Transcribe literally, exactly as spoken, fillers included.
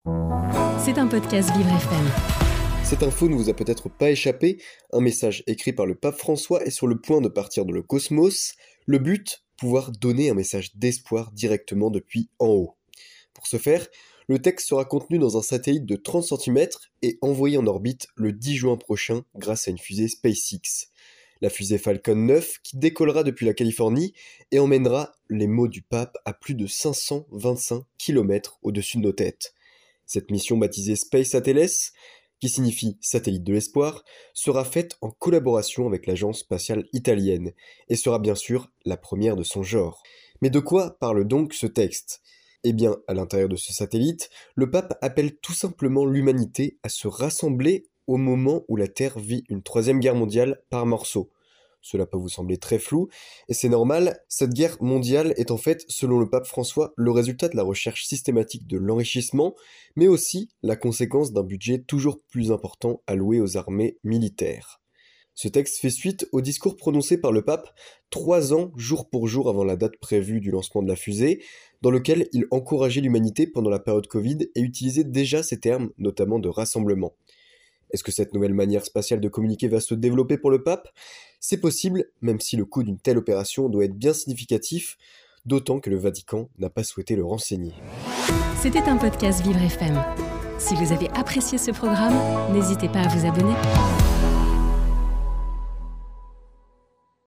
C'est un podcast Vivre F M. Cette info ne vous a peut-être pas échappé, un message écrit par le pape François est sur le point de partir dans le cosmos. Le but, pouvoir donner un message d'espoir directement depuis en haut. Pour ce faire, le texte sera contenu dans un satellite de trente centimètres et envoyé en orbite le dix juin prochain grâce à une fusée SpaceX. La fusée Falcon neuf qui décollera depuis la Californie et emmènera les mots du pape à plus de cinq cent vingt-cinq kilomètres au-dessus de nos têtes. Cette mission baptisée Space Satellites, qui signifie satellite de l'espoir, sera faite en collaboration avec l'agence spatiale italienne et sera bien sûr la première de son genre. Mais de quoi parle donc ce texte ? Eh bien, à l'intérieur de ce satellite, le pape appelle tout simplement l'humanité à se rassembler au moment où la Terre vit une troisième guerre mondiale par morceaux. Cela peut vous sembler très flou, et c'est normal, cette guerre mondiale est en fait, selon le pape François, le résultat de la recherche systématique de l'enrichissement, mais aussi la conséquence d'un budget toujours plus important alloué aux armées militaires. Ce texte fait suite au discours prononcé par le pape trois ans jour pour jour avant la date prévue du lancement de la fusée, dans lequel il encourageait l'humanité pendant la période Covid et utilisait déjà ces termes, notamment de rassemblement. Est-ce que cette nouvelle manière spatiale de communiquer va se développer pour le pape ? C'est possible, même si le coût d'une telle opération doit être bien significatif, d'autant que le Vatican n'a pas souhaité le renseigner. C'était un podcast Vivre F M. Si vous avez apprécié ce programme, n'hésitez pas à vous abonner.